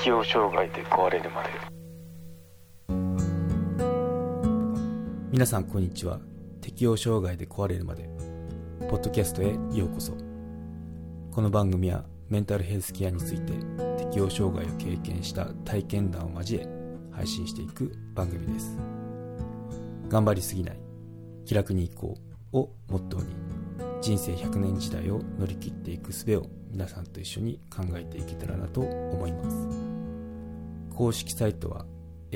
適応障害で壊れるまで。 皆さんこんにちは。適応障害で壊れるまでポッドキャストへようこそ。この番組はメンタルヘルスケアについて適応障害を経験した体験談を交え配信していく番組です。頑張りすぎない、気楽にいこうをモットーに人生100年時代を乗り切っていく術を皆さんと一緒に考えていけたらなと思います。公式サイトは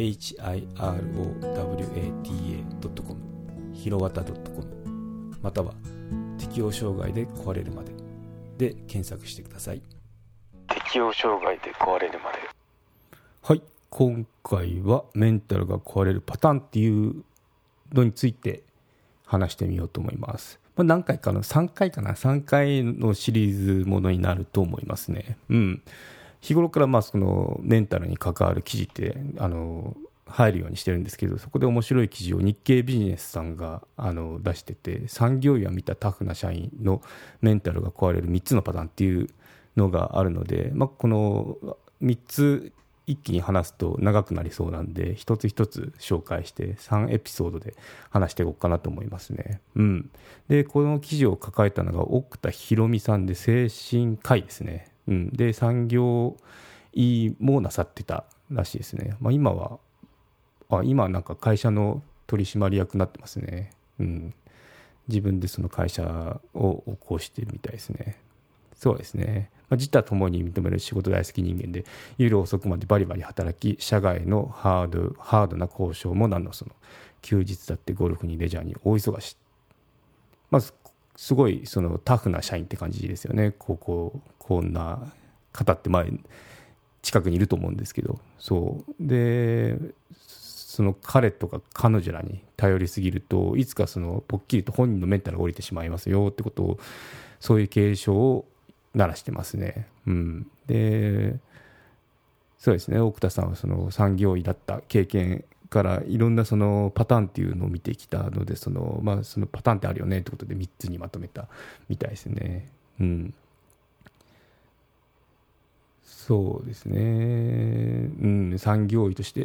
hirowata.com ひろわた .com または適応障害で壊れるまでで検索してください。 適応障害で壊れるまで。 はい、今回はメンタルが壊れるパターンっていうのについて話してみようと思います。何回かの3回のシリーズものになると思いますね。日頃からそのメンタルに関わる記事って入るようにしてるんですけど、そこで面白い記事を日経ビジネスさんが出してて、産業医は見たタフな社員のメンタルが壊れる3つのパターンっていうのがあるので、この3つ一気に話すと長くなりそうなんで、一つ一つ紹介して3エピソードで話していこうかなと思いますね。でこの記事を書かれたのが奥田博美さんで、精神科医ですね。で産業医もなさってたらしいですね。今なんか会社の取締役になってますね。自分でその会社を起こしているみたいですね。そうですね。自他ともに認める仕事大好き人間で、夜遅くまでバリバリ働き、社外のハードな交渉も何のその、休日だってゴルフにレジャーに大忙し。すごいそのタフな社員って感じですよね。こんな方って近くにいると思うんですけど、そうでその彼とか彼女らに頼りすぎると、いつかそのぽっきりと本人のメンタルが降りてしまいますよってことを、そういう警鐘を鳴らしてますね。でそうですね、奥田さんはその産業医だった経験からいろんなそのパターンっていうのを見てきたので、そのパターンってあるよねってことで3つにまとめたみたいですね。そうですね。産業医として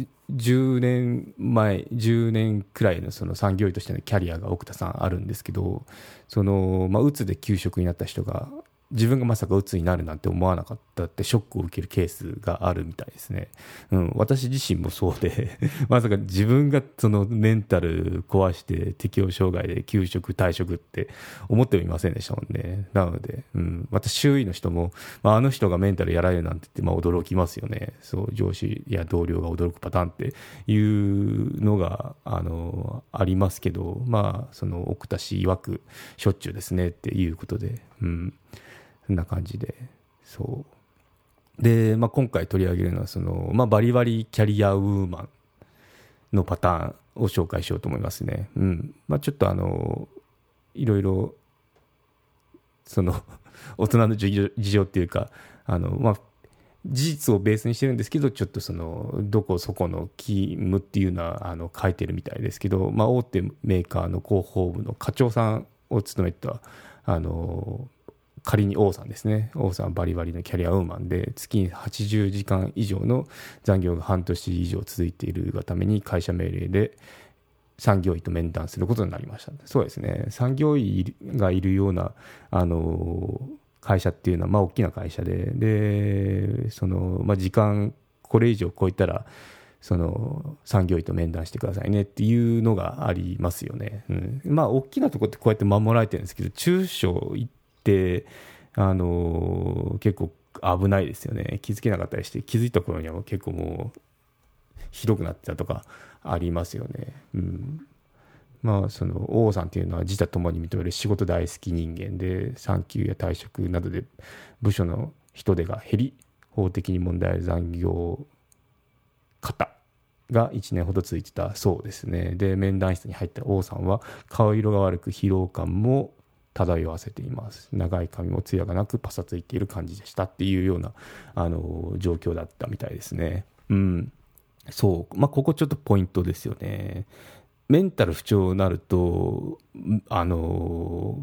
、10年くらいのその産業医としてのキャリアが奥田さんあるんですけど、うつで休職になった人が、自分がまさかうつになるなんて思わなかったってショックを受けるケースがあるみたいですね。私自身もそうでまさか自分がそのメンタル壊して適応障害で休職退職って思ってもいませんでしたもんね。なので、私周囲の人も、あの人がメンタルやられるなんて言って驚きますよね。そう上司や同僚が驚くパターンっていうのがありますけど、その奥田氏曰くしょっちゅうですねっていうことで、そんな感じで、そうで、今回取り上げるのはその、バリバリキャリアウーマンのパターンを紹介しようと思いますね。ちょっといろいろその大人の事情っていうか、事実をベースにしてるんですけど、ちょっとそのどこそこの勤務っていうのは書いてるみたいですけど、大手メーカーの広報部の課長さんを務めた仮に王さんですね。王さんはバリバリのキャリアウーマンで、月に80時間以上の残業が半年以上続いているがために、会社命令で産業医と面談することになりました。そうですね、産業医がいるような会社っていうのは大きな会社で、その時間これ以上超えたらその産業医と面談してくださいねっていうのがありますよね。大きなところってこうやって守られてるんですけど、中小行って結構危ないですよね。気づけなかったりして、気づいた頃には結構もうひどくなってたとかありますよね。その王さんっていうのは自他ともに認める仕事大好き人間で、産休や退職などで部署の人手が減り、法的に問題ある残業方が1年ほど続いてたそうですね。で面談室に入った王さんは、顔色が悪く疲労感も漂わせています。長い髪も艶がなくパサついている感じでしたっていうような状況だったみたいですね。そう、ここちょっとポイントですよね。メンタル不調になると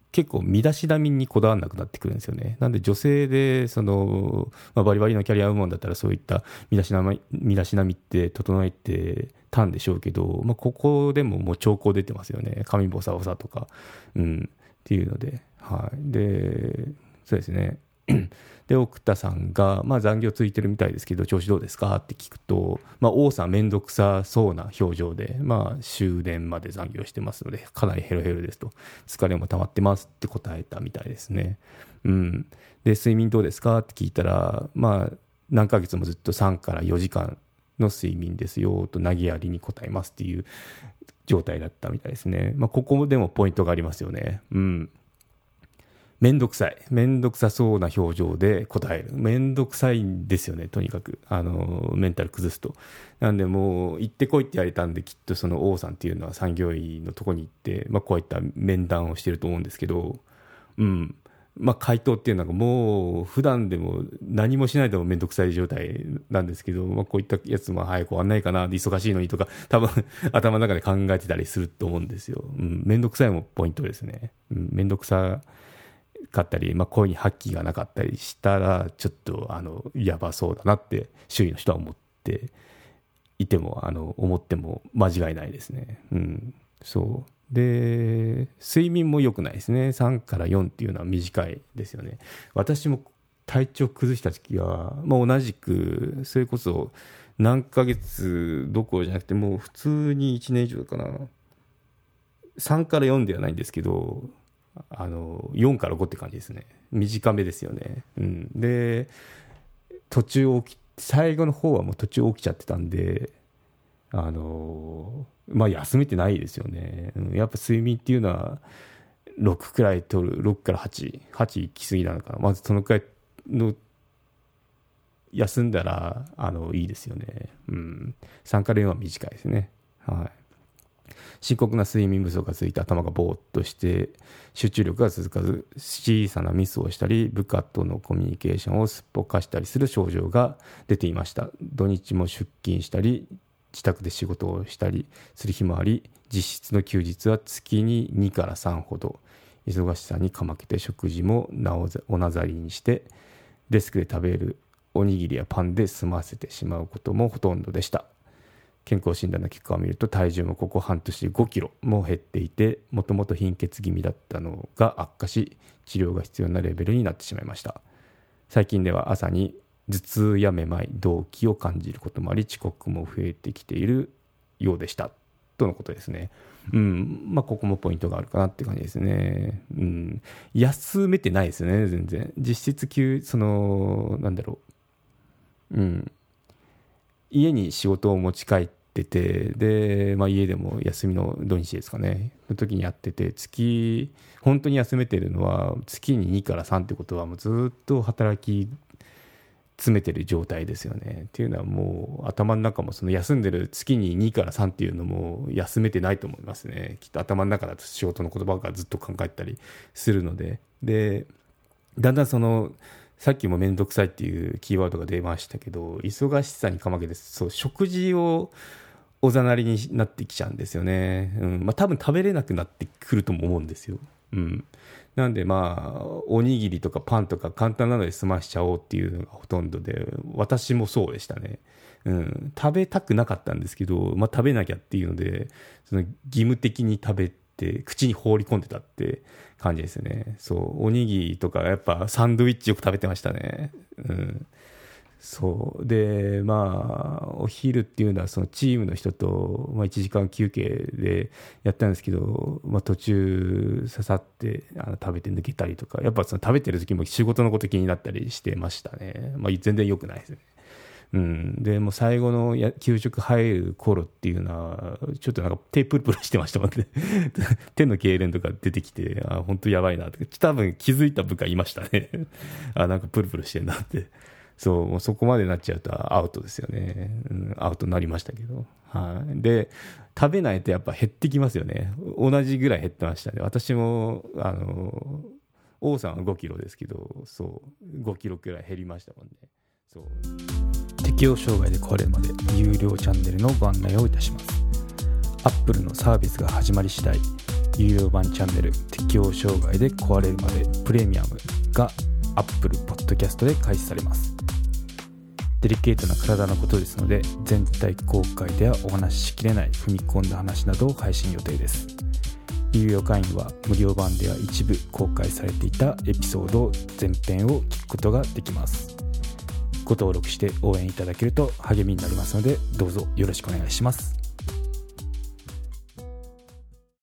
結構身だしなみにこだわらなくなってくるんですよね。なんで女性でバリバリのキャリアウーマンだったらそういった身だしなみって整えてたんでしょうけど、ここでももう兆候出てますよね。髪ボサボサとか、っていうので、でそうですね。で奥田さんが、残業ついてるみたいですけど調子どうですかって聞くと、王さんめんどくさそうな表情で、終電まで残業してますのでかなりヘロヘロですと、疲れも溜まってますって答えたみたいですね。で睡眠どうですかって聞いたら、何ヶ月もずっと3から4時間の睡眠ですよと投げやりに答えますっていう状態だったみたいですね。ここでもポイントがありますよね。めんどくさそうな表情で答える。めんどくさいんですよね、とにかくメンタル崩すと。なんでもう行ってこいって言われたんで、きっとその王さんっていうのは産業医のとこに行って、こういった面談をしてると思うんですけど、回答っていうのがもう普段でも何もしないでもめんどくさい状態なんですけど、こういったやつも早く終わんないかな、忙しいのにとか多分頭の中で考えてたりすると思うんですよ。めんどくさいもポイントですね。めんどくさかったり、声に覇気がなかったりしたらちょっとやばそうだなって周囲の人は思っていても思っても間違いないですね。そうで睡眠も良くないですね。3から4っていうのは短いですよね。私も体調崩した時は、同じくそれこそ何ヶ月どころじゃなくてもう普通に1年以上かな、3から4ではないんですけど4から5って感じですね。短めですよね。で途中最後の方はもう途中起きちゃってたんで休めてないですよね。やっぱ睡眠っていうのは6くらい取る、6から8行き過ぎなのかな。まずそのくらいの休んだらいいですよね。3から4は短いですね。深刻な睡眠不足が続いて頭がぼーっとして集中力が続かず小さなミスをしたり部下とのコミュニケーションをすっぽかしたりする症状が出ていました。土日も出勤したり自宅で仕事をしたりする日もあり、実質の休日は月に2から3ほど、忙しさにかまけて食事もおなざりにしてデスクで食べるおにぎりやパンで済ませてしまうこともほとんどでした。健康診断の結果を見ると体重もここ半年で5キロも減っていて、もともと貧血気味だったのが悪化し治療が必要なレベルになってしまいました。最近では朝に頭痛やめまい、動悸を感じることもあり遅刻も増えてきているようでしたとのことですね。ここもポイントがあるかなって感じですね。休めてないですよね、全然。実質家に仕事を持ち帰ってて、で、家でも休みの土日ですかねの時にやってて、本当に休めてるのは月に2から3ってことはもうずっと働き詰めてる状態ですよね。っていうのはもう頭の中もその休んでる月に2から3っていうのも休めてないと思いますね。きっと頭の中だと仕事の言葉がずっと考えたりするので、だんだんさっきもめんどくさいっていうキーワードが出ましたけど、忙しさにかまけて食事をおざなりになってきちゃうんですよね。多分食べれなくなってくるとも思うんですよ。なんでおにぎりとかパンとか簡単なので済ましちゃおうっていうのがほとんどで、私もそうでしたね。食べたくなかったんですけど、食べなきゃっていうので義務的に食べて口に放り込んでたって感じですね。おにぎりとかやっぱサンドイッチよく食べてましたね。そうでお昼っていうのはそのチームの人と、1時間休憩でやったんですけど、途中刺さって食べて抜けたりとか、やっぱ食べてる時も仕事のこと気になったりしてましたね。全然良くないですね。でもう最後の給食入る頃っていうのはちょっと手プルプルしてましたもんね手の痙攣とか出てきて、本当やばいなって多分気づいた部下いましたねプルプルしてんなってもうそこまでなっちゃうとアウトですよね。アウトになりましたけど、で食べないとやっぱ減ってきますよね。同じぐらい減ってましたね。私も王さんは5キロですけど、5キロくらい減りましたもんね。適応障害で壊れるまで有料チャンネルのご案内をいたします。 Apple のサービスが始まり次第有料版チャンネル適応障害で壊れるまでプレミアムが Apple Podcast で開始されます。デリケートな体のことですので、全体公開ではお話ししきれない踏み込んだ話などを配信予定です。有料会員は無料版では一部公開されていたエピソード全編を聞くことができます。ご登録して応援いただけると励みになりますので、どうぞよろしくお願いします。